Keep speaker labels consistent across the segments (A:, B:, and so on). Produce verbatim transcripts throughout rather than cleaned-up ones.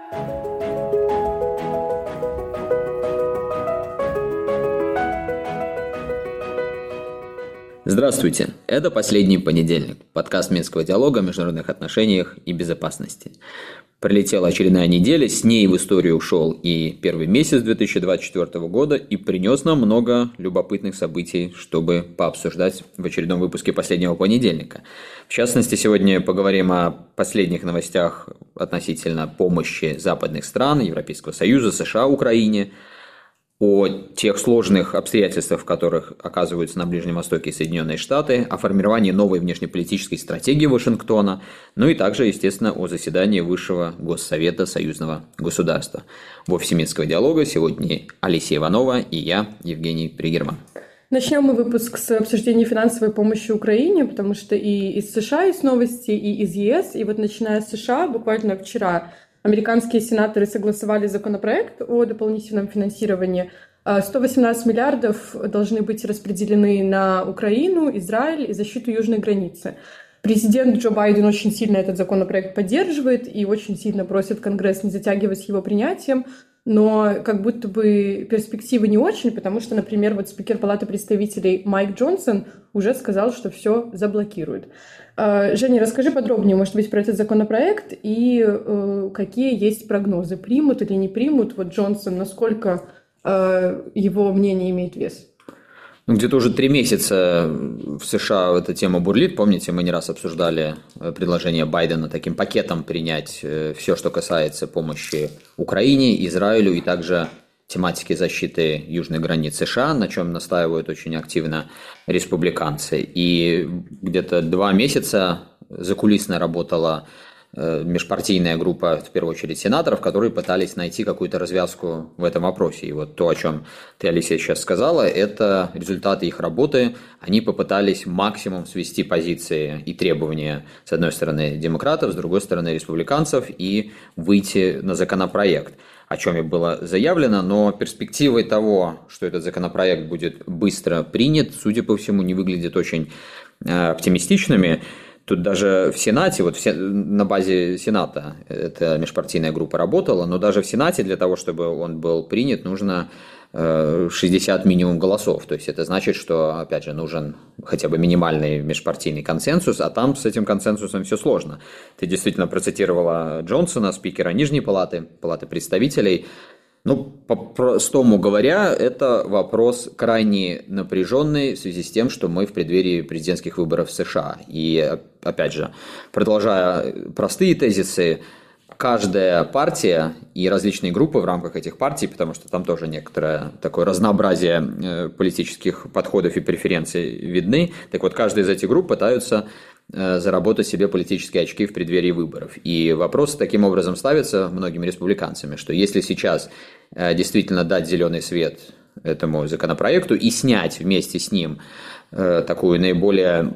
A: Здравствуйте, это «Последний понедельник», подкаст Минского диалога о международных отношениях и безопасности. Пролетела очередная неделя, с ней в историю ушел и первый месяц две тысячи двадцать четвёртого года и принес нам много любопытных событий, чтобы пообсуждать в очередном выпуске «Последнего понедельника». В частности, сегодня поговорим о последних новостях относительно помощи западных стран, Европейского Союза, США Украине, о тех сложных обстоятельствах, в которых оказываются на Ближнем Востоке Соединенные Штаты, о формировании новой внешнеполитической стратегии Вашингтона, ну и также, естественно, о заседании Высшего Госсовета Союзного государства. В офисе Минского диалога сегодня Алисия Иванова и я, Евгений Пригерман.
B: Начнем мы выпуск с обсуждения финансовой помощи Украине, потому что и из США есть новости, и из ЕС. И вот начиная с США, буквально вчера американские сенаторы согласовали законопроект о дополнительном финансировании. сто восемнадцать миллиардов должны быть распределены на Украину, Израиль и защиту южной границы. Президент Джо Байден очень сильно этот законопроект поддерживает и очень сильно просит Конгресс не затягивать его принятием. Но как будто бы перспективы не очень, потому что, например, вот спикер Палаты представителей Майк Джонсон уже сказал, что все заблокирует. Женя, расскажи подробнее, может быть, про этот законопроект и э, какие есть прогнозы, примут или не примут вот Джонсон, насколько э, его мнение имеет вес?
A: Ну, где-то уже три месяца в США эта тема бурлит. Помните, мы не раз обсуждали предложение Байдена таким пакетом принять все, что касается помощи Украине, Израилю и также тематики защиты южной границы США, на чем настаивают очень активно республиканцы. И где-то два месяца закулисно работала межпартийная группа, в первую очередь, сенаторов, которые пытались найти какую-то развязку в этом вопросе. И вот то, о чем ты, Алисия, сейчас сказала, это результаты их работы. Они попытались максимум свести позиции и требования, с одной стороны, демократов, с другой стороны, республиканцев, и выйти на законопроект, о чем и было заявлено, но перспективы того, что этот законопроект будет быстро принят, судя по всему, не выглядят очень оптимистичными. Тут даже в Сенате, вот на базе Сената эта межпартийная группа работала, но даже в Сенате для того, чтобы он был принят, нужно шестьдесят минимум голосов. То есть это значит, что, опять же, нужен хотя бы минимальный межпартийный консенсус, а там с этим консенсусом все сложно. Ты действительно процитировала Джонсона, спикера Нижней палаты, Палаты представителей. Ну, по-простому говоря, это вопрос крайне напряженный в связи с тем, что мы в преддверии президентских выборов в США. И, опять же, продолжая простые тезисы, каждая партия и различные группы в рамках этих партий, потому что там тоже некоторое такое разнообразие политических подходов и преференций видны, так вот, каждая из этих групп пытаются заработать себе политические очки в преддверии выборов. И вопрос таким образом ставится многими республиканцами, что если сейчас действительно дать зеленый свет этому законопроекту и снять вместе с ним такую наиболее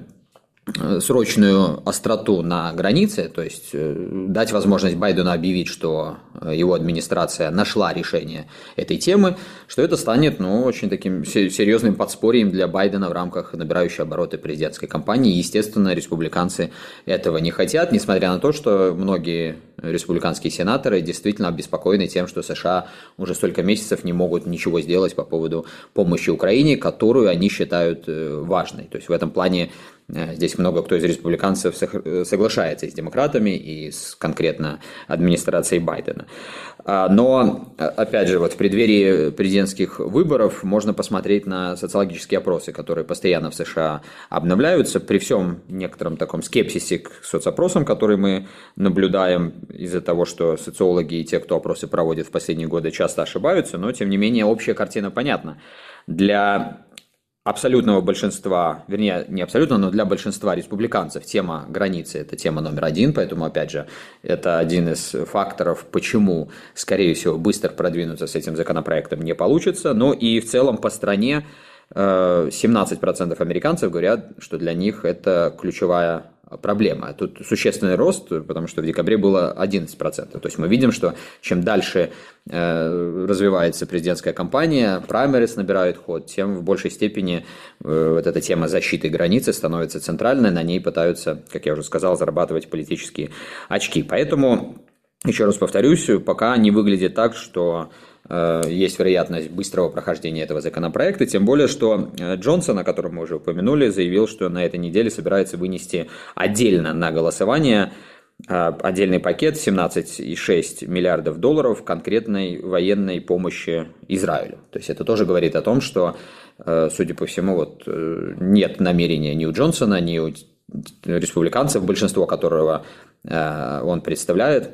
A: срочную остроту на границе, то есть дать возможность Байдену объявить, что его администрация нашла решение этой темы, что это станет, ну, очень таким серьезным подспорьем для Байдена в рамках набирающей обороты президентской кампании. Естественно, республиканцы этого не хотят, несмотря на то, что многие республиканские сенаторы действительно обеспокоены тем, что США уже столько месяцев не могут ничего сделать по поводу помощи Украине, которую они считают важной. То есть в этом плане здесь много кто из республиканцев соглашается и с демократами, и с конкретно администрацией Байдена. Но, опять же, вот в преддверии президентских выборов можно посмотреть на социологические опросы, которые постоянно в США обновляются. При всем некотором таком скепсисе к соцопросам, которые мы наблюдаем из-за того, что социологи и те, кто опросы проводят в последние годы, часто ошибаются, но, тем не менее, общая картина понятна. Для абсолютного большинства, вернее, не абсолютно, но для большинства республиканцев тема границы – это тема номер один, поэтому, опять же, это один из факторов, почему, скорее всего, быстро продвинуться с этим законопроектом не получится. Ну и в целом по стране семнадцать процентов американцев говорят, что для них это ключевая проблема. Тут существенный рост, потому что в декабре было одиннадцать процентов. То есть мы видим, что чем дальше э, развивается президентская кампания, праймерис набирают ход, тем в большей степени э, вот эта тема защиты границы становится центральной, на ней пытаются, как я уже сказал, зарабатывать политические очки. Поэтому еще раз повторюсь, пока не выглядит так, что э, есть вероятность быстрого прохождения этого законопроекта, тем более, что Джонсон, о котором мы уже упомянули, заявил, что на этой неделе собирается вынести отдельно на голосование э, отдельный пакет семнадцать целых шесть десятых миллиардов долларов конкретной военной помощи Израилю. То есть это тоже говорит о том, что, э, судя по всему, вот, э, нет намерения ни у Джонсона, ни у республиканцев, большинство которого э, он представляет,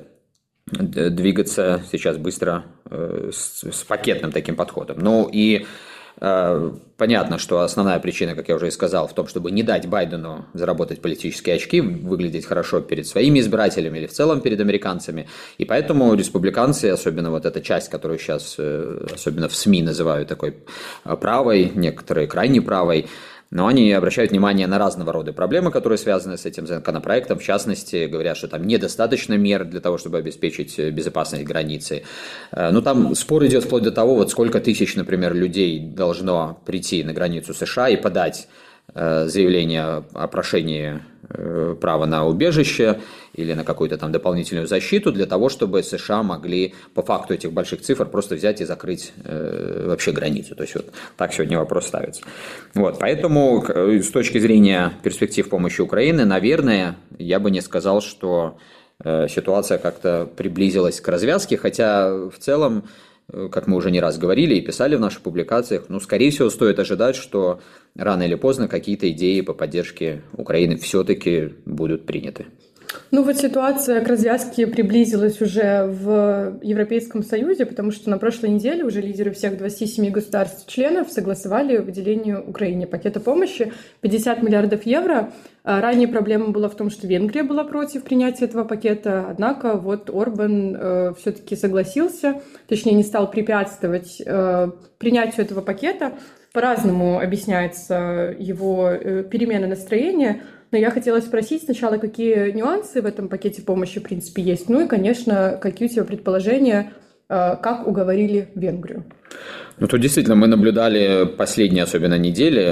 A: двигаться сейчас быстро э, с, с пакетным таким подходом. Ну и э, понятно, что основная причина, как я уже и сказал, в том, чтобы не дать Байдену заработать политические очки, выглядеть хорошо перед своими избирателями или в целом перед американцами. И поэтому республиканцы, особенно вот эта часть, которую сейчас, э, особенно в СМИ называют такой правой, некоторые крайне правой, но они обращают внимание на разного рода проблемы, которые связаны с этим законопроектом. В частности, говорят, что там недостаточно мер для того, чтобы обеспечить безопасность границы. Ну, там спор идет вплоть до того, вот сколько тысяч, например, людей должно прийти на границу США и подать заявление о прошении права на убежище или на какую-то там дополнительную защиту для того, чтобы США могли по факту этих больших цифр просто взять и закрыть э, вообще границу. То есть вот так сегодня вопрос ставится. Вот, поэтому с точки зрения перспектив помощи Украины, наверное, я бы не сказал, что э, ситуация как-то приблизилась к развязке, хотя в целом, как мы уже не раз говорили и писали в наших публикациях, ну, скорее всего, стоит ожидать, что рано или поздно какие-то идеи по поддержке Украины все-таки будут приняты.
B: Ну вот ситуация к развязке приблизилась уже в Европейском Союзе, потому что на прошлой неделе уже лидеры всех двадцати семи государств-членов согласовали выделение Украине пакета помощи пятьдесят миллиардов евро. Ранее проблема была в том, что Венгрия была против принятия этого пакета, однако вот Орбан э, все-таки согласился, точнее не стал препятствовать э, принятию этого пакета. По-разному объясняется его э, перемена настроения. Но я хотела спросить сначала, какие нюансы в этом пакете помощи, в принципе, есть. Ну и, конечно, какие у тебя предположения, как уговорили Венгрию?
A: Ну, тут действительно мы наблюдали последние, особенно недели,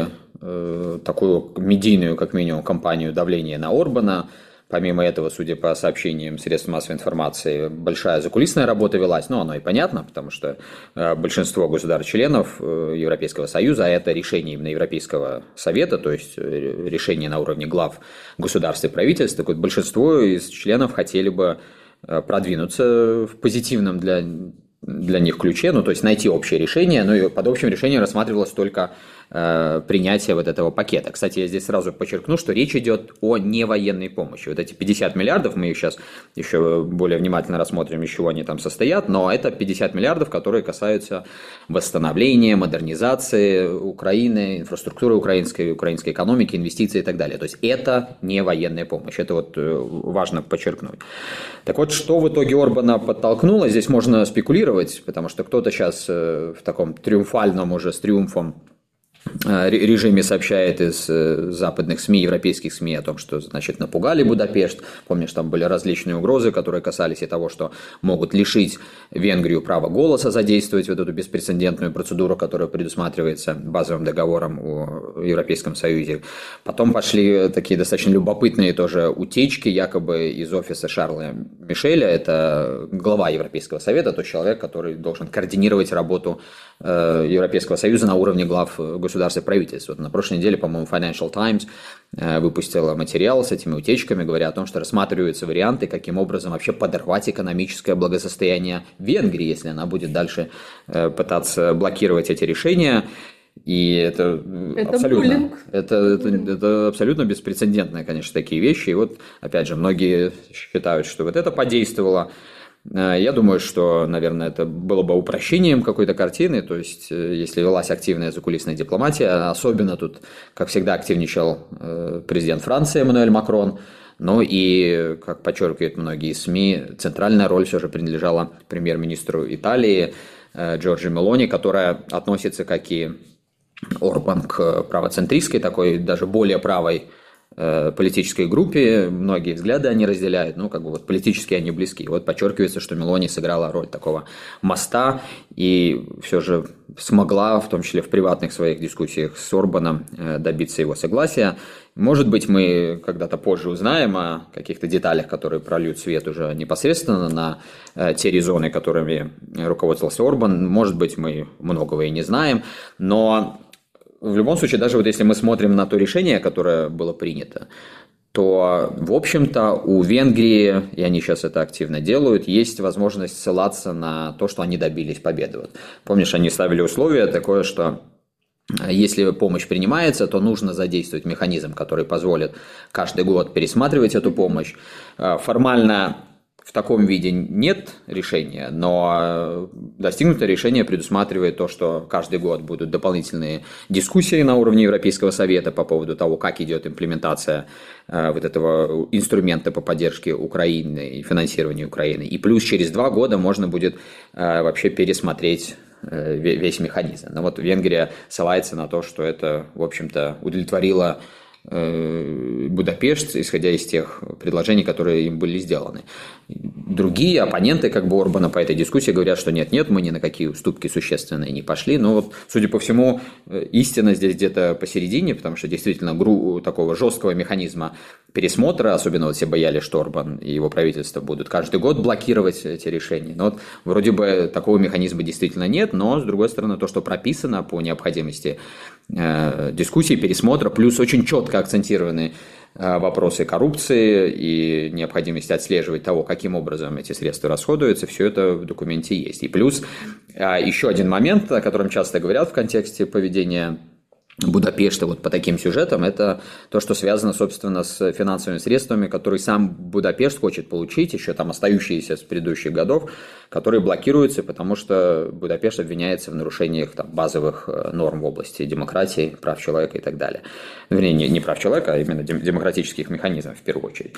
A: такую медийную, как минимум, кампанию давления на Орбана. Помимо этого, судя по сообщениям средств массовой информации, большая закулисная работа велась, но оно и понятно, потому что большинство государств-членов Европейского Союза, а это решение именно Европейского Совета, то есть решение на уровне глав государств и правительств, так вот большинство из членов хотели бы продвинуться в позитивном для, для них ключе, ну то есть найти общее решение, но и под общим решением рассматривалось только принятия вот этого пакета. Кстати, я здесь сразу подчеркну, что речь идет о невоенной помощи. Вот эти пятьдесят миллиардов, мы их сейчас еще более внимательно рассмотрим, из чего они там состоят, но это пятьдесят миллиардов, которые касаются восстановления, модернизации Украины, инфраструктуры украинской, украинской экономики, инвестиций и так далее. То есть это не военная помощь. Это вот важно подчеркнуть. Так вот, что в итоге Орбана подтолкнуло? Здесь можно спекулировать, потому что кто-то сейчас в таком триумфальном уже с триумфом режиме сообщает из западных СМИ, европейских СМИ о том, что, значит, напугали Будапешт. Помнишь, там были различные угрозы, которые касались и того, что могут лишить Венгрию права голоса, задействовать вот эту беспрецедентную процедуру, которая предусматривается базовым договором о Европейском Союзе. Потом пошли такие достаточно любопытные тоже утечки, якобы из офиса Шарля Мишеля, это глава Европейского Совета, тот человек, который должен координировать работу Европейского Союза на уровне глав государств и правительств. Вот на прошлой неделе, по-моему, Financial Times выпустила материал с этими утечками, говоря о том, что рассматриваются варианты, каким образом вообще подорвать экономическое благосостояние Венгрии, если она будет дальше пытаться блокировать эти решения. И это, это абсолютно, это, это, это абсолютно беспрецедентные, конечно, такие вещи. И вот, опять же, многие считают, что вот это подействовало. Я думаю, что, наверное, это было бы упрощением какой-то картины, то есть, если велась активная закулисная дипломатия, особенно тут, как всегда, активничал президент Франции Эммануэль Макрон, но и, как подчеркивают многие СМИ, центральная роль все же принадлежала премьер-министру Италии Джорджи Мелони, которая относится, как и Орбан, к правоцентристской, такой даже более правой политической группе, многие взгляды они разделяют, ну, как бы вот политически они близки. Вот подчеркивается, что Мелони сыграла роль такого моста и все же смогла, в том числе в приватных своих дискуссиях с Орбаном, добиться его согласия. Может быть, мы когда-то позже узнаем о каких-то деталях, которые прольют свет уже непосредственно на те резоны, которыми руководствовался Орбан. Может быть, мы многого и не знаем, но в любом случае, даже вот если мы смотрим на то решение, которое было принято, то, в общем-то, у Венгрии, и они сейчас это активно делают, есть возможность ссылаться на то, что они добились победы. Вот, помнишь, они ставили условие такое, что если помощь принимается, то нужно задействовать механизм, который позволит каждый год пересматривать эту помощь. Формально в таком виде нет решения, но достигнутое решение предусматривает то, что каждый год будут дополнительные дискуссии на уровне Европейского совета по поводу того, как идет имплементация вот этого инструмента по поддержке Украины и финансированию Украины. И плюс через два года можно будет вообще пересмотреть весь механизм. Но вот Венгрия ссылается на то, что это, в общем-то, удовлетворило Будапешт, исходя из тех предложений, которые им были сделаны. Другие оппоненты как бы Орбана по этой дискуссии говорят, что нет-нет, мы ни на какие уступки существенные не пошли. Но вот, судя по всему, истина здесь где-то посередине, потому что действительно гру такого жесткого механизма пересмотра, особенно вот все боялись, что Орбан и его правительство будут каждый год блокировать эти решения. Но вот вроде бы такого механизма действительно нет, но, с другой стороны, то, что прописано по необходимости э, дискуссии, пересмотра, плюс очень четко акцентированы вопросы коррупции и необходимости отслеживать того, каким образом эти средства расходуются, все это в документе есть. И плюс еще один момент, о котором часто говорят в контексте поведения Будапешта вот по таким сюжетам, это то, что связано, собственно, с финансовыми средствами, которые сам Будапешт хочет получить, еще там остающиеся с предыдущих годов, которые блокируются, потому что Будапешт обвиняется в нарушениях там, базовых норм в области демократии, прав человека и так далее. Вернее, не, не прав человека, а именно демократических механизмов в первую очередь.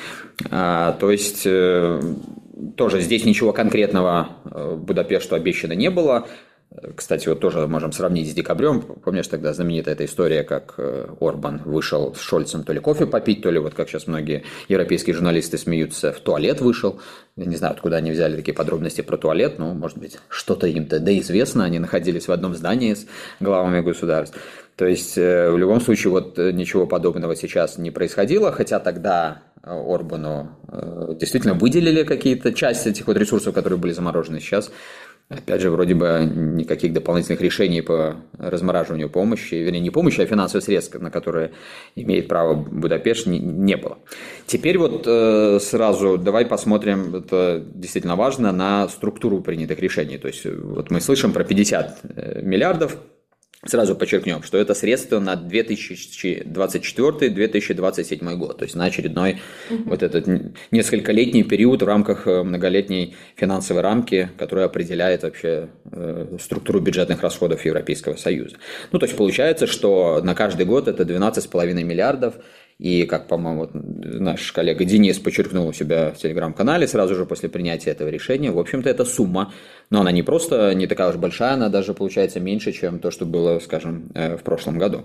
A: А, то есть, э, тоже здесь ничего конкретного Будапешту обещано не было. Кстати, вот тоже можем сравнить с декабрем. Помнишь, тогда знаменитая эта история, как Орбан вышел с Шольцем то ли кофе попить, то ли, вот как сейчас многие европейские журналисты смеются, в туалет вышел. Я не знаю, откуда они взяли такие подробности про туалет, но, может быть, что-то им тогда известно. Они находились в одном здании с главами государств. То есть, в любом случае, вот ничего подобного сейчас не происходило, хотя тогда Орбану действительно выделили какие-то части этих вот ресурсов, которые были заморожены сейчас. Опять же, вроде бы никаких дополнительных решений по размораживанию помощи, вернее, не помощи, а финансовых средств, на которые имеет право Будапешт, не, не было. Теперь вот э, сразу давай посмотрим, это действительно важно, на структуру принятых решений. То есть вот мы слышим про пятьдесят миллиардов. Сразу подчеркнем, что это средства на две тысячи двадцать четвёртый — две тысячи двадцать седьмой год, то есть на очередной угу. вот этот нескольколетний период в рамках многолетней финансовой рамки, которая определяет вообще э, структуру бюджетных расходов Европейского Союза. Ну, то есть получается, что на каждый год это двенадцать с половиной миллиардов. И, как, по-моему, вот наш коллега Денис подчеркнул у себя в телеграм-канале сразу же после принятия этого решения, в общем-то, это сумма, но она не просто не такая уж большая, она даже получается меньше, чем то, что было, скажем, в прошлом году.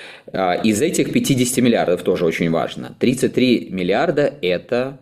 A: Из этих пятидесяти миллиардов тоже очень важно. тридцать три миллиарда – это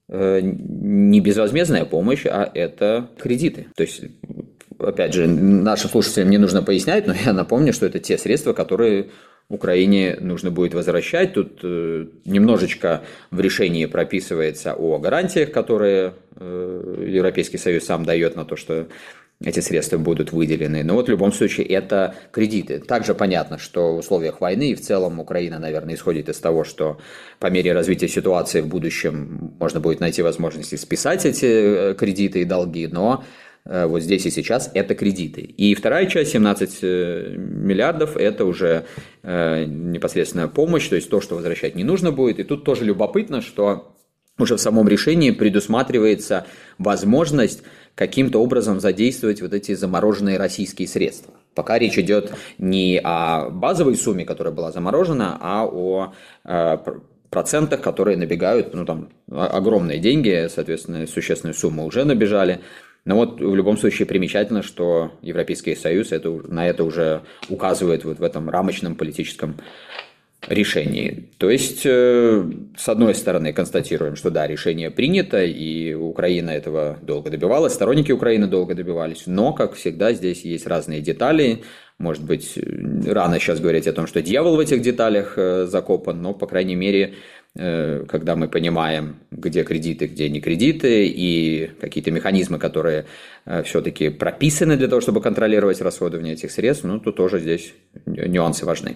A: не безвозмездная помощь, а это кредиты. То есть, опять же, нашим слушателям не нужно пояснять, но я напомню, что это те средства, которые Украине нужно будет возвращать. Тут э, немножечко в решении прописывается о гарантиях, которые э, Европейский Союз сам дает на то, что эти средства будут выделены. Но вот в любом случае это кредиты. Также понятно, что в условиях войны и в целом Украина, наверное, исходит из того, что по мере развития ситуации в будущем можно будет найти возможности списать эти кредиты и долги, но вот здесь и сейчас это кредиты. И вторая часть, семнадцать миллиардов, это уже э, непосредственная помощь, то есть то, что возвращать не нужно будет. И тут тоже любопытно, что уже в самом решении предусматривается возможность каким-то образом задействовать вот эти замороженные российские средства. Пока речь идет не о базовой сумме, которая была заморожена, а о э, процентах, которые набегают, ну там огромные деньги, соответственно, существенные суммы уже набежали. Но вот в любом случае примечательно, что Европейский Союз это, на это уже указывает вот в этом рамочном политическом решений. То есть, с одной стороны, констатируем, что да, решение принято, и Украина этого долго добивалась, сторонники Украины долго добивались, но, как всегда, здесь есть разные детали. Может быть, рано сейчас говорить о том, что дьявол в этих деталях закопан, но, по крайней мере, когда мы понимаем, где кредиты, где не кредиты, и какие-то механизмы, которые все-таки прописаны для того, чтобы контролировать расходование этих средств, ну, то тоже здесь нюансы важны.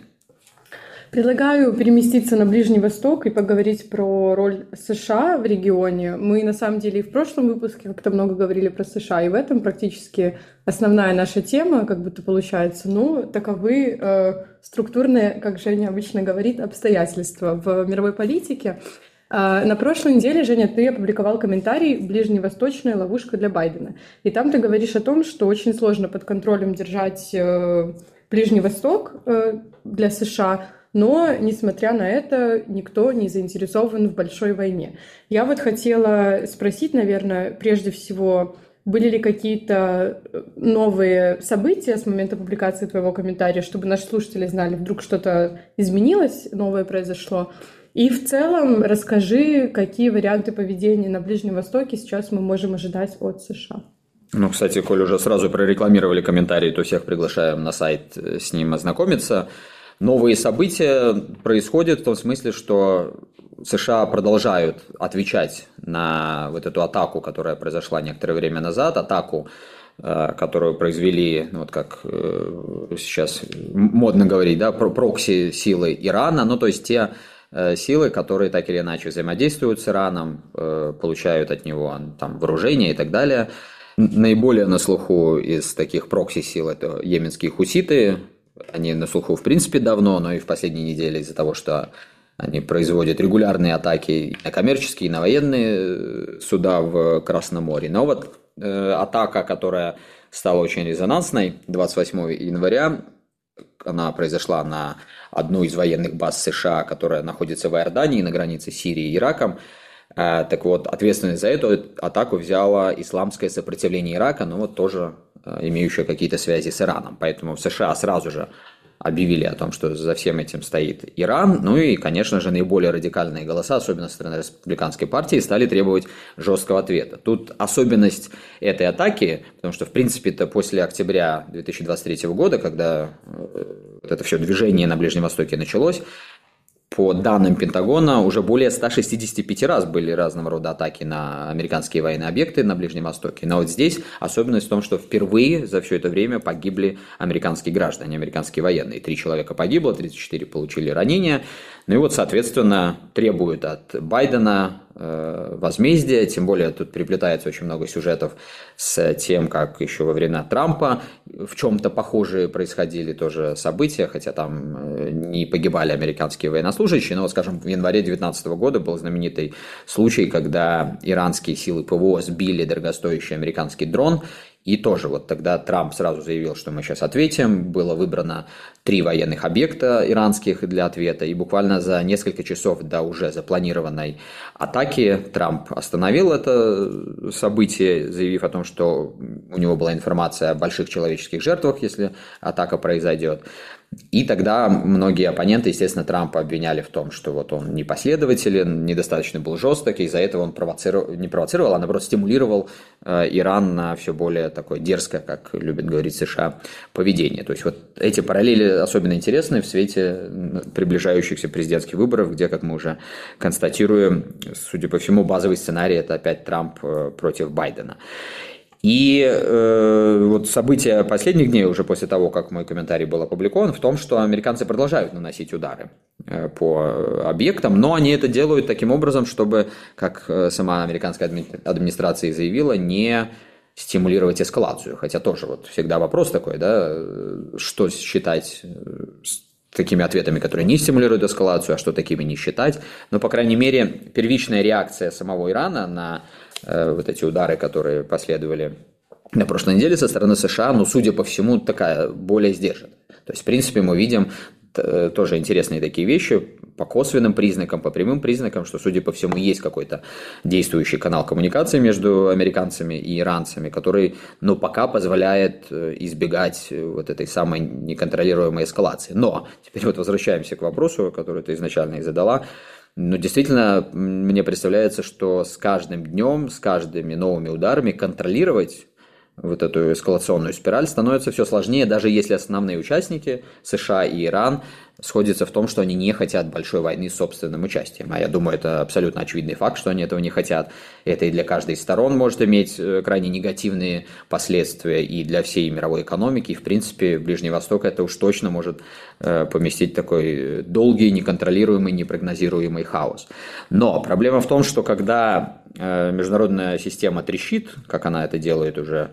B: Предлагаю переместиться на Ближний Восток и поговорить про роль США в регионе. Мы, на самом деле, и в прошлом выпуске как-то много говорили про США, и в этом практически основная наша тема, как будто получается. Ну, таковы э, структурные, как Женя обычно говорит, обстоятельства в мировой политике. Э, на прошлой неделе, Женя, ты опубликовал комментарий «Ближневосточная ловушка для Байдена». И там ты говоришь о том, что очень сложно под контролем держать э, Ближний Восток э, для США, но, несмотря на это, никто не заинтересован в большой войне. Я вот хотела спросить, наверное, прежде всего, были ли какие-то новые события с момента публикации твоего комментария, чтобы наши слушатели знали, вдруг что-то изменилось, новое произошло. И в целом расскажи, какие варианты поведения на Ближнем Востоке сейчас мы можем ожидать от США.
A: Ну, кстати, коль уже сразу прорекламировали комментарий, то всех приглашаем на сайт с ним ознакомиться. Новые события происходят в том смысле, что США продолжают отвечать на вот эту атаку, которая произошла некоторое время назад, атаку, которую произвели, вот как сейчас модно говорить, да, прокси-силы Ирана, ну то есть те силы, которые так или иначе взаимодействуют с Ираном, получают от него там вооружение и так далее. Наиболее на слуху из таких прокси-сил это йеменские хуситы. Они на слуху, в принципе, давно, но и в последние недели из-за того, что они производят регулярные атаки и на коммерческие, и на военные суда в Красном море. Но вот э, атака, которая стала очень резонансной двадцать восьмого января, она произошла на одну из военных баз США, которая находится в Иордании, на границе Сирии и Ираком. Э, так вот, ответственность за эту атаку взяла исламское сопротивление Ирака, но вот тоже имеющая какие-то связи с Ираном. Поэтому в США сразу же объявили о том, что за всем этим стоит Иран. Ну и, конечно же, наиболее радикальные голоса, особенно со стороны республиканской партии, стали требовать жесткого ответа. Тут особенность этой атаки, потому что, в принципе-то, после октября две тысячи двадцать третьего года, когда вот это все движение на Ближнем Востоке началось, по данным Пентагона, уже более ста шестидесяти пяти раз были разного рода атаки на американские военные объекты на Ближнем Востоке. Но вот здесь особенность в том, что впервые за все это время погибли американские граждане, американские военные. Три человека погибло, тридцать четыре получили ранения. Ну и вот, соответственно, требуют от Байдена э, возмездия, тем более тут приплетается очень много сюжетов с тем, как еще во времена Трампа в чем-то похожие происходили тоже события, хотя там не погибали американские военнослужащие, но вот, скажем, в январе две тысячи девятнадцатого года был знаменитый случай, когда иранские силы ПВО сбили дорогостоящий американский дрон. И тоже вот тогда Трамп сразу заявил, что мы сейчас ответим. Было выбрано три военных объекта иранских для ответа. И буквально за несколько часов до уже запланированной атаки Трамп остановил это событие, заявив о том, что у него была информация о больших человеческих жертвах, если атака произойдет. И тогда многие оппоненты, естественно, Трампа обвиняли в том, что вот он непоследователен, недостаточно был жесток, и из-за этого он провоцировал, не провоцировал, а наоборот стимулировал э, Иран на все более такое дерзкое, как любят говорить США, поведение. То есть вот эти параллели особенно интересны в свете приближающихся президентских выборов, где, как мы уже констатируем, судя по всему, базовый сценарий – это опять Трамп против Байдена. И э, вот события последних дней, уже после того, как мой комментарий был опубликован, в том, что американцы продолжают наносить удары э, по объектам, но они это делают таким образом, чтобы, как сама американская администрация заявила, не стимулировать эскалацию. Хотя тоже вот всегда вопрос такой, да, что считать такими ответами, которые не стимулируют эскалацию, а что такими не считать. Но, по крайней мере, первичная реакция самого Ирана на э, вот эти удары, которые последовали на прошлой неделе со стороны США, ну, судя по всему, такая более сдержанная. То есть, в принципе, мы видим тоже интересные такие вещи по косвенным признакам, по прямым признакам, что, судя по всему, есть какой-то действующий канал коммуникации между американцами и иранцами, который, ну, пока позволяет избегать вот этой самой неконтролируемой эскалации. Но теперь вот возвращаемся к вопросу, который ты изначально и задала. Ну, действительно, мне представляется, что с каждым днем, с каждыми новыми ударами контролировать вот эту эскалационную спираль становится все сложнее, даже если основные участники США и Иран сходятся в том, что они не хотят большой войны с собственным участием. А я думаю, это абсолютно очевидный факт, что они этого не хотят. Это и для каждой из сторон может иметь крайне негативные последствия, и для всей мировой экономики, и, в принципе, Ближний Восток это уж точно может поместить такой долгий, неконтролируемый, непрогнозируемый хаос. Но проблема в том, что когда международная система трещит, как она это делает уже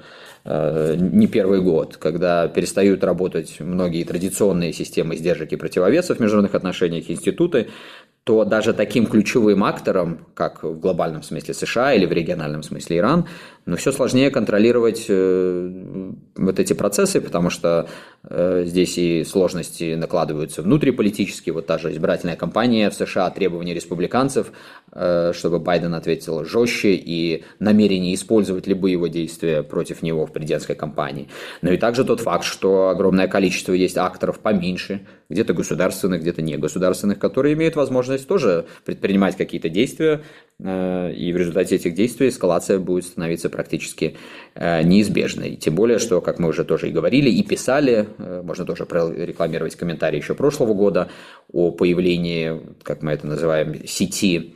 A: не первый год, когда перестают работать многие традиционные системы сдержек и противовесов в международных отношениях, институты, то даже таким ключевым акторам, как в глобальном смысле США или в региональном смысле Иран, но все сложнее контролировать э, вот эти процессы, потому что э, здесь и сложности накладываются внутриполитические. Вот та же избирательная кампания в США, требования республиканцев, э, чтобы Байден ответил жестче, и намерение использовать любые его действия против него в президентской кампании. Но и также тот факт, что огромное количество есть акторов поменьше, где-то государственных, где-то негосударственных, которые имеют возможность тоже предпринимать какие-то действия, и в результате этих действий эскалация будет становиться практически неизбежной. Тем более, что, как мы уже тоже и говорили, и писали, можно тоже прорекламировать комментарии еще прошлого года о появлении, как мы это называем, сети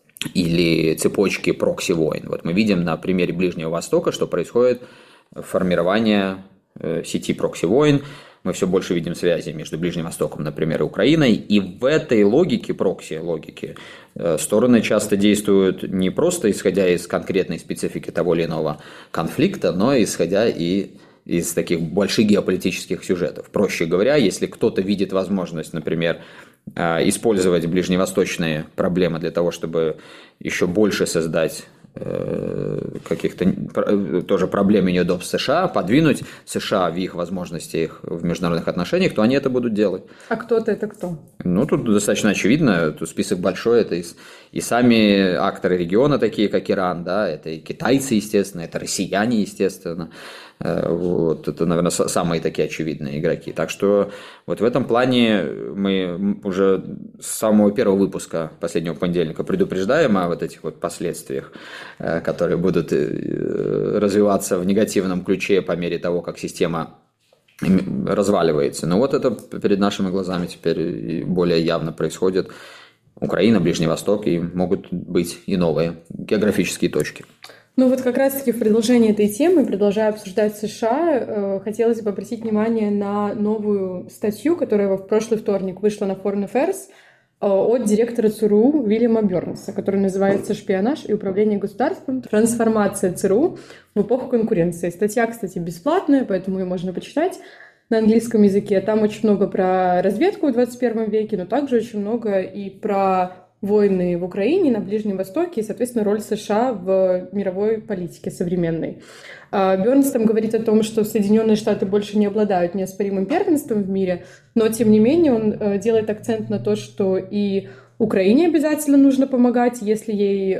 A: или цепочки прокси-войн. Вот мы видим на примере Ближнего Востока, что происходит формирование сети прокси-войн. Мы все больше видим связи между Ближним Востоком, например, и Украиной. И в этой логике, прокси-логике, стороны часто действуют не просто исходя из конкретной специфики того или иного конфликта, но исходя и из таких больших геополитических сюжетов. Проще говоря, если кто-то видит возможность, например, использовать ближневосточные проблемы для того, чтобы еще больше создать каких-то тоже проблем и неудобств США, подвинуть США в их возможностях в международных отношениях, то они это будут делать.
B: А кто-то это кто?
A: Ну, тут достаточно очевидно, тут список большой, это и, и сами акторы региона, такие как Иран, да, это и китайцы, естественно, это россияне, естественно. Вот, это, наверное, самые такие очевидные игроки. Так что вот в этом плане мы уже с самого первого выпуска последнего понедельника предупреждаем о вот этих вот последствиях, которые будут развиваться в негативном ключе по мере того, как система разваливается. Но вот это перед нашими глазами теперь более явно происходит. Украина, Ближний Восток, и могут быть и новые географические точки.
B: Ну вот как раз-таки в продолжении этой темы, продолжая обсуждать США, хотелось бы обратить внимание на новую статью, которая в прошлый вторник вышла на Foreign Affairs от директора ЦРУ Уильяма Бернса, которая называется «Шпионаж и управление государством. Трансформация ЦРУ в эпоху конкуренции». Статья, кстати, бесплатная, поэтому ее можно почитать на английском языке. Там очень много про разведку в двадцать первом веке, но также очень много и про войны в Украине, на Ближнем Востоке и, соответственно, роль США в мировой политике современной. Бернс там говорит о том, что Соединенные Штаты больше не обладают неоспоримым первенством в мире, но, тем не менее, он делает акцент на то, что и Украине обязательно нужно помогать, если, ей,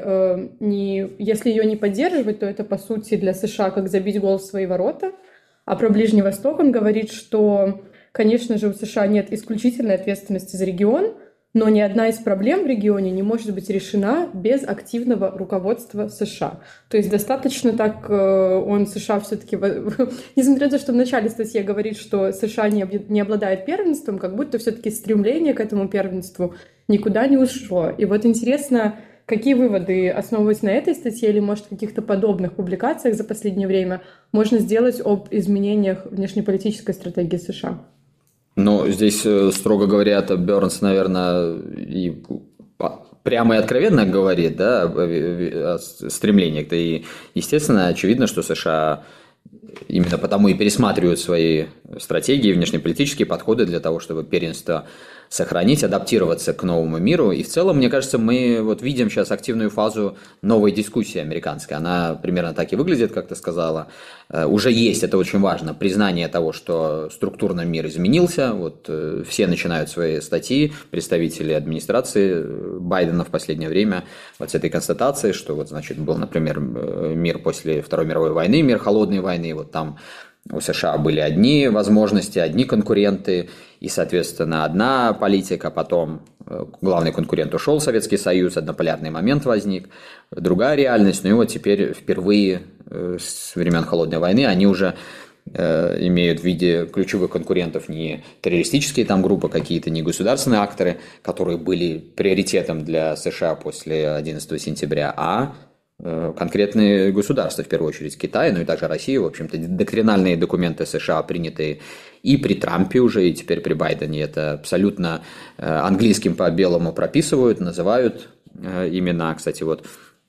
B: не, если ее не поддерживать, то это, по сути, для США как забить гол в свои ворота. А про Ближний Восток он говорит, что, конечно же, у США нет исключительной ответственности за регион, но ни одна из проблем в регионе не может быть решена без активного руководства США. То есть достаточно так он США все-таки, несмотря на то, что в начале статьи говорит, что США не обладает первенством, как будто все-таки стремление к этому первенству никуда не ушло. И вот интересно, какие выводы, основываясь на этой статье или, может, каких-то подобных публикациях за последнее время, можно сделать об изменениях внешнеполитической стратегии США?
A: Ну, здесь, строго говоря, Бернс, наверное, и прямо и откровенно говорит, да, о стремлении. И, естественно, очевидно, что США именно потому и пересматривают свои стратегии, внешнеполитические подходы для того, чтобы первенство сохранить, адаптироваться к новому миру. И в целом, мне кажется, мы вот видим сейчас активную фазу новой дискуссии американской. Она примерно так и выглядит, как ты сказала. Уже есть, это очень важно, признание того, что структурно мир изменился. Вот все начинают свои статьи, представители администрации Байдена в последнее время, вот с этой констатации, что вот, значит, был, например, мир после Второй мировой войны, мир холодной войны, вот там у США были одни возможности, одни конкуренты, и, соответственно, одна политика, потом главный конкурент ушел, Советский Союз, однополярный момент возник, другая реальность, ну и вот теперь впервые с времен Холодной войны они уже имеют в виде ключевых конкурентов не террористические там группы какие-то, не государственные акторы, которые были приоритетом для США после одиннадцатого сентября, а конкретные государства, в первую очередь Китай, ну и также Россия, в общем-то, доктринальные документы США, принятые и при Трампе уже, и теперь при Байдене, это абсолютно английским по белому прописывают, называют имена. Кстати, вот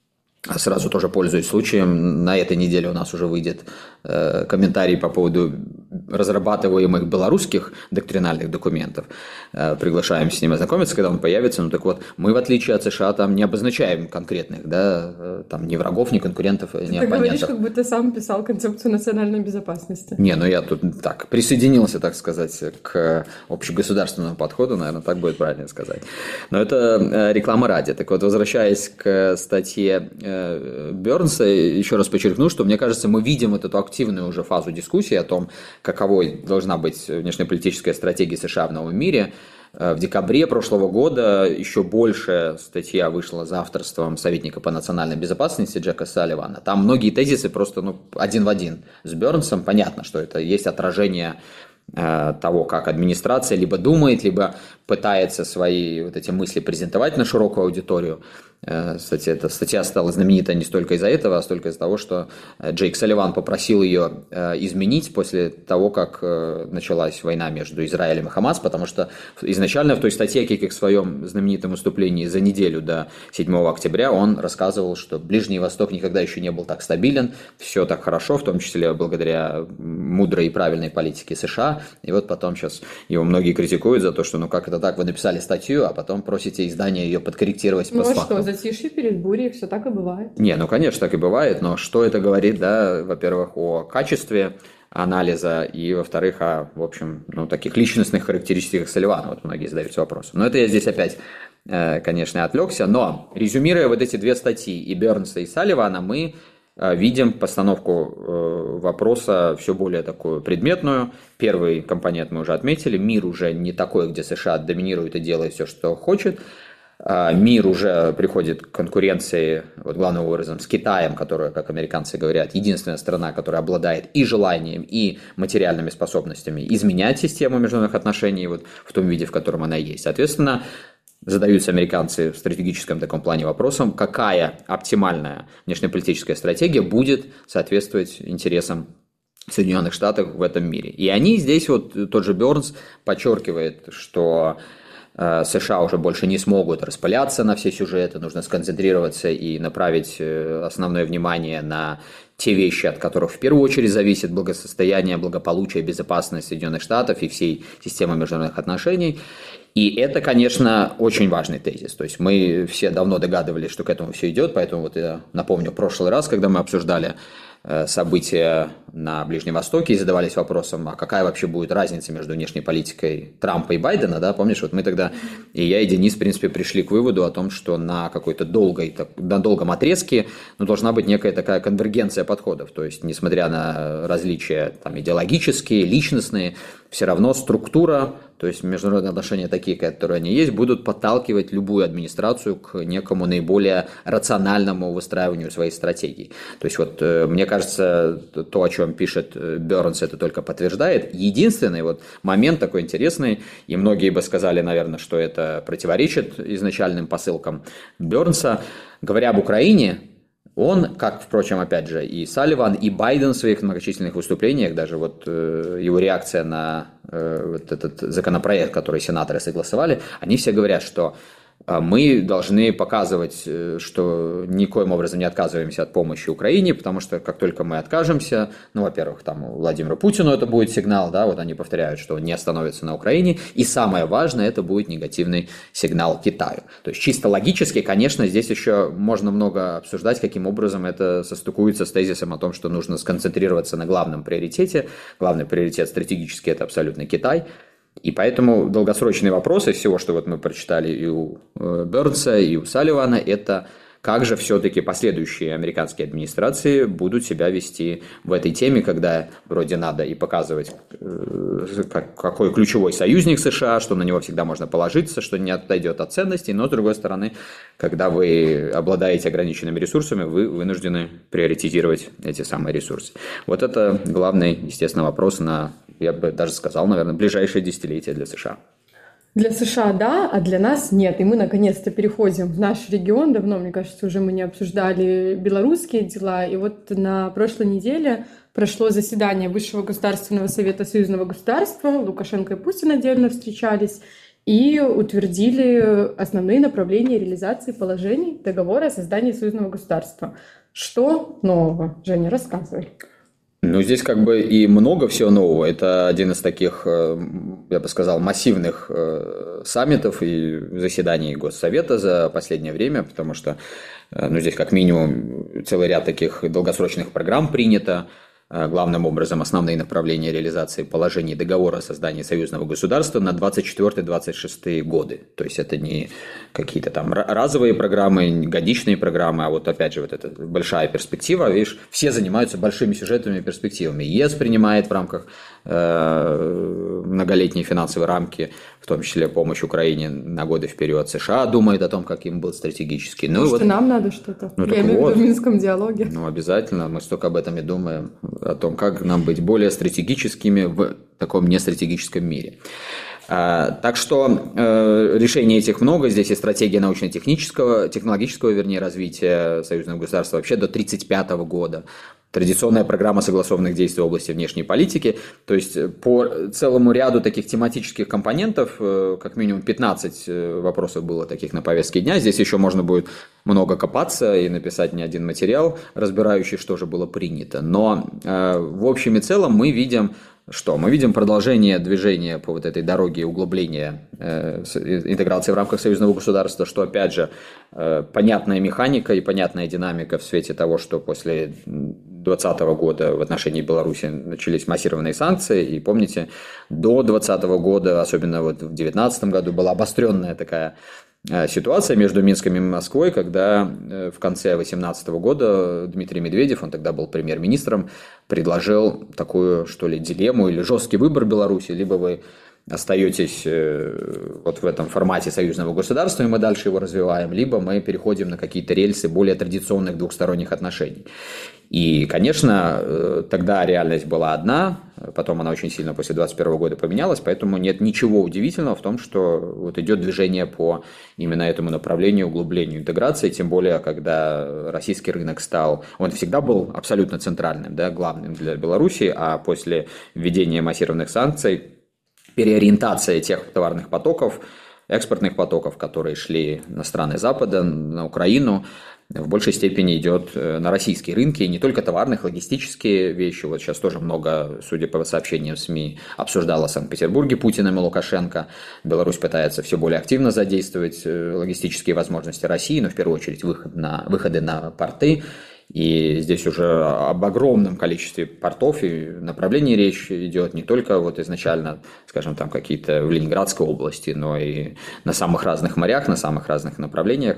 A: сразу тоже пользуясь случаем, на этой неделе у нас уже выйдет э, комментарий по поводу разрабатываемых белорусских доктринальных документов. Э, приглашаем с ним ознакомиться, когда он появится. Ну так вот, мы в отличие от США там не обозначаем конкретных, да, э, там ни врагов, ни конкурентов, ни
B: ты
A: оппонентов.
B: Ты говоришь, как будто сам писал концепцию национальной безопасности.
A: Не, ну я тут так присоединился, так сказать, к общегосударственному подходу, наверное, так будет правильно сказать. Но это реклама ради. Так вот, возвращаясь к статье Бернса, еще раз подчеркну, что, мне кажется, мы видим вот эту активную уже фазу дискуссии о том, каковой должна быть внешнеполитическая стратегия США в новом мире. В декабре прошлого года еще больше статья вышла за авторством советника по национальной безопасности Джека Салливана. Там многие тезисы просто ну, один в один с Бернсом. Понятно, что это есть отражение того, как администрация либо думает, либо пытается свои вот эти мысли презентовать на широкую аудиторию. Кстати, эта статья стала знаменитой не столько из-за этого, а столько из-за того, что Джейк Салливан попросил ее изменить после того, как началась война между Израилем и Хамас, потому что изначально в той статье, как и в своем знаменитом выступлении за неделю до седьмого октября, он рассказывал, что Ближний Восток никогда еще не был так стабилен, все так хорошо, в том числе благодаря мудрой и правильной политике США. И вот потом сейчас его многие критикуют за то, что ну как это так, вы написали статью, а потом просите издание ее подкорректировать
B: ну,
A: постфактум.
B: А что, затишье перед бурей, все так и бывает.
A: Не, ну конечно, так и бывает, но что это говорит, да, во-первых, о качестве анализа и, во-вторых, о, в общем, ну, таких личностных характеристиках Салливана, вот многие задаются вопросом. Но это я здесь опять, конечно, отвлекся, но резюмируя вот эти две статьи, и Бернса, и Салливана, мы видим постановку вопроса все более такую предметную. Первый компонент мы уже отметили, мир уже не такой, где США доминирует и делает все, что хочет. Мир уже приходит к конкуренции, вот главным образом, с Китаем, которая, как американцы говорят, единственная страна, которая обладает и желанием, и материальными способностями изменять систему международных отношений вот в том виде, в котором она есть. Соответственно, задаются американцы в стратегическом таком плане вопросом, какая оптимальная внешнеполитическая стратегия будет соответствовать интересам Соединенных Штатов в этом мире. И они здесь, вот тот же Бернс подчеркивает, что США уже больше не смогут распыляться на все сюжеты, нужно сконцентрироваться и направить основное внимание на те вещи, от которых в первую очередь зависит благосостояние, благополучие, безопасность Соединенных Штатов и всей системы международных отношений. И это, конечно, очень важный тезис. То есть мы все давно догадывались, что к этому все идет, поэтому вот я напомню, в прошлый раз, когда мы обсуждали события на Ближнем Востоке и задавались вопросом, а какая вообще будет разница между внешней политикой Трампа и Байдена, да, помнишь, вот мы тогда, и я, и Денис, в принципе, пришли к выводу о том, что на какой-то долгой, на долгом отрезке ну, должна быть некая такая конвергенция подходов, то есть, несмотря на различия там, идеологические, личностные, все равно структура, то есть международные отношения такие, которые они есть, будут подталкивать любую администрацию к некому наиболее рациональному выстраиванию своей стратегии. То есть вот мне кажется, то, о чем пишет Бернс, это только подтверждает. Единственный вот момент такой интересный, и многие бы сказали, наверное, что это противоречит изначальным посылкам Бернса, говоря об Украине, он, как, впрочем, опять же, и Салливан, и Байден в своих многочисленных выступлениях, даже вот э, его реакция на э, вот этот законопроект, который сенаторы согласовали, они все говорят, что мы должны показывать, что никоим образом не отказываемся от помощи Украине, потому что как только мы откажемся, ну, во-первых, там Владимиру Путину это будет сигнал, да, вот они повторяют, что он не остановится на Украине, и самое важное, это будет негативный сигнал Китаю. То есть чисто логически, конечно, здесь еще можно много обсуждать, каким образом это состыкуется с тезисом о том, что нужно сконцентрироваться на главном приоритете. Главный приоритет стратегически – это абсолютно Китай. И поэтому долгосрочные вопросы, всего, что вот мы прочитали и у Бернса, и у Салливана, это как же все-таки последующие американские администрации будут себя вести в этой теме, когда вроде надо и показывать, какой ключевой союзник США, что на него всегда можно положиться, что не отойдет от ценностей, но с другой стороны, когда вы обладаете ограниченными ресурсами, вы вынуждены приоритизировать эти самые ресурсы. Вот это главный, естественно, вопрос на, я бы даже сказал, наверное, ближайшие десятилетия для США.
B: Для США да, а для нас нет. И мы наконец-то переходим в наш регион. Давно, мне кажется, уже мы не обсуждали белорусские дела. И вот на прошлой неделе прошло заседание Высшего государственного совета союзного государства. Лукашенко и Путин отдельно встречались и утвердили основные направления реализации положений договора о создании союзного государства. Что нового? Женя, рассказывай.
A: Ну, здесь как бы и много всего нового. Это один из таких, я бы сказал, массивных саммитов и заседаний Госсовета за последнее время, потому что, ну, здесь как минимум целый ряд таких долгосрочных программ принято. Главным образом основные направления реализации положений договора о создании союзного государства на двадцать четвёртый — двадцать шестый годы. То есть это не какие-то там разовые программы, годичные программы, а вот опять же вот эта большая перспектива. Видишь, все занимаются большими сюжетными перспективами. ЕС принимает в рамках э, многолетней финансовой рамки, в том числе помощь Украине на годы вперед. США думает о том, как им был стратегический. Ну,
B: Может,
A: вот,
B: и нам надо что-то?
A: Ну,
B: я имею в виду в Минском диалоге.
A: Ну, обязательно. Мы столько об этом и думаем. О том, как нам быть более стратегическими в таком нестратегическом мире. Так что э, решений этих много. Здесь и стратегия научно-технического, технологического, вернее, развития союзного государства вообще до тридцать пятого года. Традиционная программа согласованных действий в области внешней политики. То есть по целому ряду таких тематических компонентов, как минимум пятнадцать вопросов было таких на повестке дня. Здесь еще можно будет много копаться и написать не один материал, разбирающий, что же было принято. Но в общем и целом мы видим, что? Мы видим продолжение движения по вот этой дороге углубления э, интеграции в рамках союзного государства, что, опять же, э, понятная механика и понятная динамика в свете того, что после двадцатого года в отношении Беларуси начались массированные санкции, и помните, до двадцатого года, особенно вот в девятнадцатом году, была обостренная такая ситуация между Минском и Москвой, когда в конце две тысячи восемнадцатого года Дмитрий Медведев, он тогда был премьер-министром, предложил такую, что ли, дилемму или жесткий выбор Беларуси: либо вы остаетесь вот в этом формате союзного государства, и мы дальше его развиваем, либо мы переходим на какие-то рельсы более традиционных двухсторонних отношений. И, конечно, тогда реальность была одна, потом она очень сильно после двадцать первого года поменялась, поэтому нет ничего удивительного в том, что вот идет движение по именно этому направлению, углублению интеграции, тем более, когда российский рынок стал, он всегда был абсолютно центральным, да, главным для Беларуси, а после введения массированных санкций, переориентация тех товарных потоков, экспортных потоков, которые шли на страны Запада, на Украину, в большей степени идет на российские рынки, и не только товарных, логистические вещи. Вот сейчас тоже много, судя по сообщениям СМИ, обсуждала в Санкт-Петербурге Путиным и Лукашенко. Беларусь пытается все более активно задействовать логистические возможности России, но в первую очередь выход на, выходы на порты. И здесь уже об огромном количестве портов и направлений речь идет, не только вот изначально, скажем, там какие-то в Ленинградской области, но и на самых разных морях, на самых разных направлениях.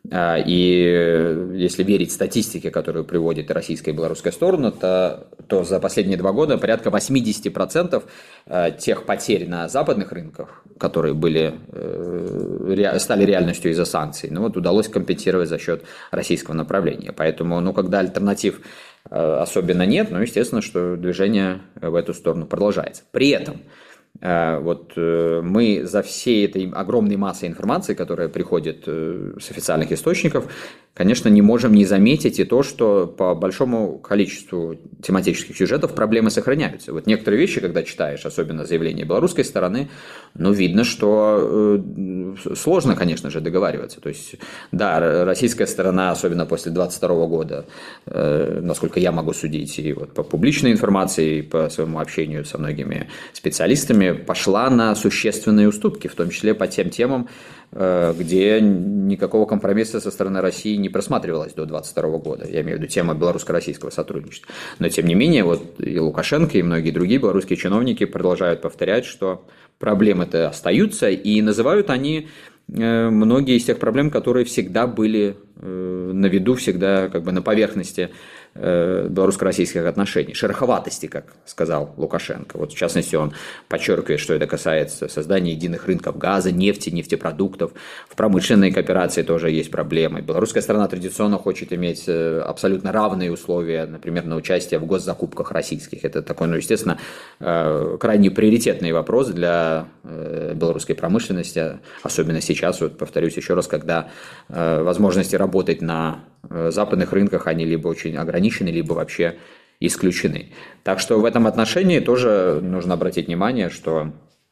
A: И если верить статистике, которую приводит и российская, и белорусская сторона, то, то за последние два года порядка восемьдесят процентов тех потерь на западных рынках, которые были, стали реальностью из-за санкций, ну вот удалось компенсировать за счет российского направления. Поэтому, ну, когда альтернатив особенно нет, ну, естественно, что движение в эту сторону продолжается. При этом вот мы за всей этой огромной массой информации, которая приходит с официальных источников, конечно, не можем не заметить и то, что по большому количеству тематических сюжетов проблемы сохраняются. Вот некоторые вещи, когда читаешь, особенно заявления белорусской стороны, ну, видно, что э, сложно, конечно же, договариваться. То есть, да, российская сторона, особенно после двадцать второго года, э, насколько я могу судить, и вот по публичной информации, и по своему общению со многими специалистами, пошла на существенные уступки, в том числе по тем темам, э, где никакого компромисса со стороны России не просматривалось до двадцать второго года. Я имею в виду тему белорусско-российского сотрудничества. Но, тем не менее, вот и Лукашенко, и многие другие белорусские чиновники продолжают повторять, что проблемы-то остаются, и называют они э, многие из тех проблем, которые всегда были э, на виду, всегда как бы на поверхности э, белорусско-российских отношений. Шероховатости, как сказал Лукашенко. Вот в частности, он подчеркивает, что это касается создания единых рынков газа, нефти, нефтепродуктов. В промышленной кооперации тоже есть проблемы. Белорусская сторона традиционно хочет иметь абсолютно равные условия, например, на участие в госзакупках российских. Это такой, ну, естественно, крайне приоритетный вопрос для белорусской промышленности, особенно сейчас, вот повторюсь еще раз, когда возможности работать на западных рынках, они либо очень ограничены, либо вообще исключены. Так что в этом отношении тоже нужно обратить внимание, что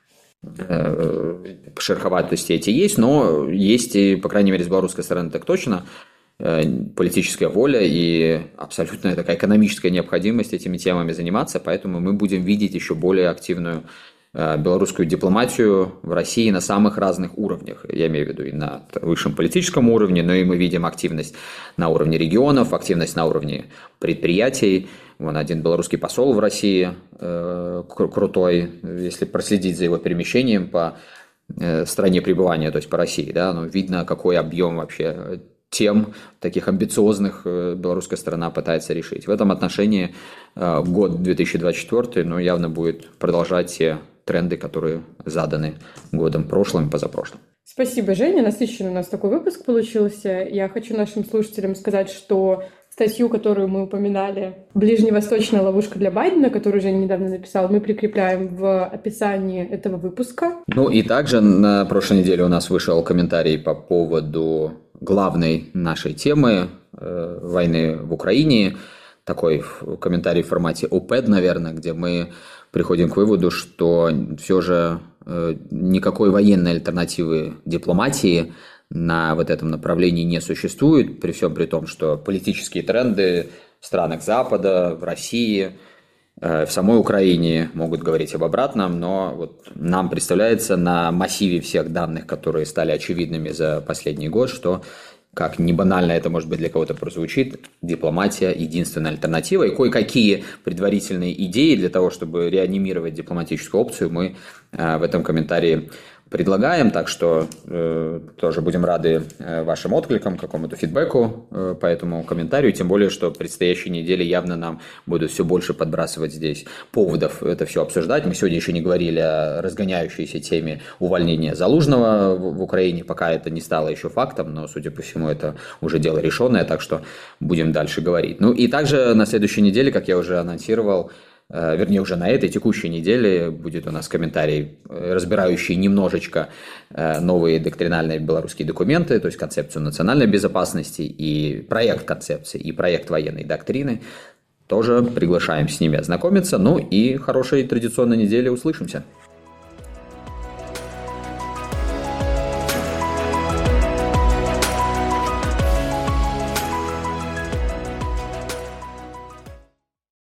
A: шероховатости эти есть, но есть и, по крайней мере, с белорусской стороны так точно, политическая воля и абсолютная такая экономическая необходимость этими темами заниматься, поэтому мы будем видеть еще более активную белорусскую дипломатию в России на самых разных уровнях. Я имею в виду и на высшем политическом уровне, но и мы видим активность на уровне регионов, активность на уровне предприятий. Вон один белорусский посол в России, э, крутой, если проследить за его перемещением по э, стране пребывания, то есть по России, да, ну, видно, какой объем вообще тем таких амбициозных белорусская сторона пытается решить. В этом отношении э, год две тысячи двадцать четвёртый, ну, явно будет продолжать те тренды, которые заданы годом прошлым и позапрошлым.
B: Спасибо, Женя. Насыщенный у нас такой выпуск получился. Я хочу нашим слушателям сказать, что статью, которую мы упоминали, «Ближневосточная ловушка для Байдена», которую Женя недавно написал, мы прикрепляем в описании этого выпуска.
A: Ну и также на прошлой неделе у нас вышел комментарий по поводу главной нашей темы э, войны в Украине. Такой комментарий в формате опэд, наверное, где мы приходим к выводу, что все же э, никакой военной альтернативы дипломатии на вот этом направлении не существует, при всем при том, что политические тренды в странах Запада, в России, э, в самой Украине могут говорить об обратном, но вот нам представляется на массиве всех данных, которые стали очевидными за последний год, что, как не банально это может быть для кого-то прозвучит, дипломатия – единственная альтернатива. И кое-какие предварительные идеи для того, чтобы реанимировать дипломатическую опцию, мы в этом комментарии предлагаем. Так что э, тоже будем рады вашим откликам, какому-то фидбэку э, по этому комментарию. Тем более, что предстоящие недели явно нам будут все больше подбрасывать здесь поводов это все обсуждать. Мы сегодня еще не говорили о разгоняющейся теме увольнения Залужного в, в Украине. Пока это не стало еще фактом, но, судя по всему, это уже дело решенное. Так что будем дальше говорить. Ну и также на следующей неделе, как я уже анонсировал, вернее, уже на этой текущей неделе будет у нас комментарий, разбирающий немножечко новые доктринальные белорусские документы, то есть концепцию национальной безопасности и проект концепции, и проект военной доктрины. Тоже приглашаем с ними ознакомиться. Ну и хорошей традиционной недели. Услышимся.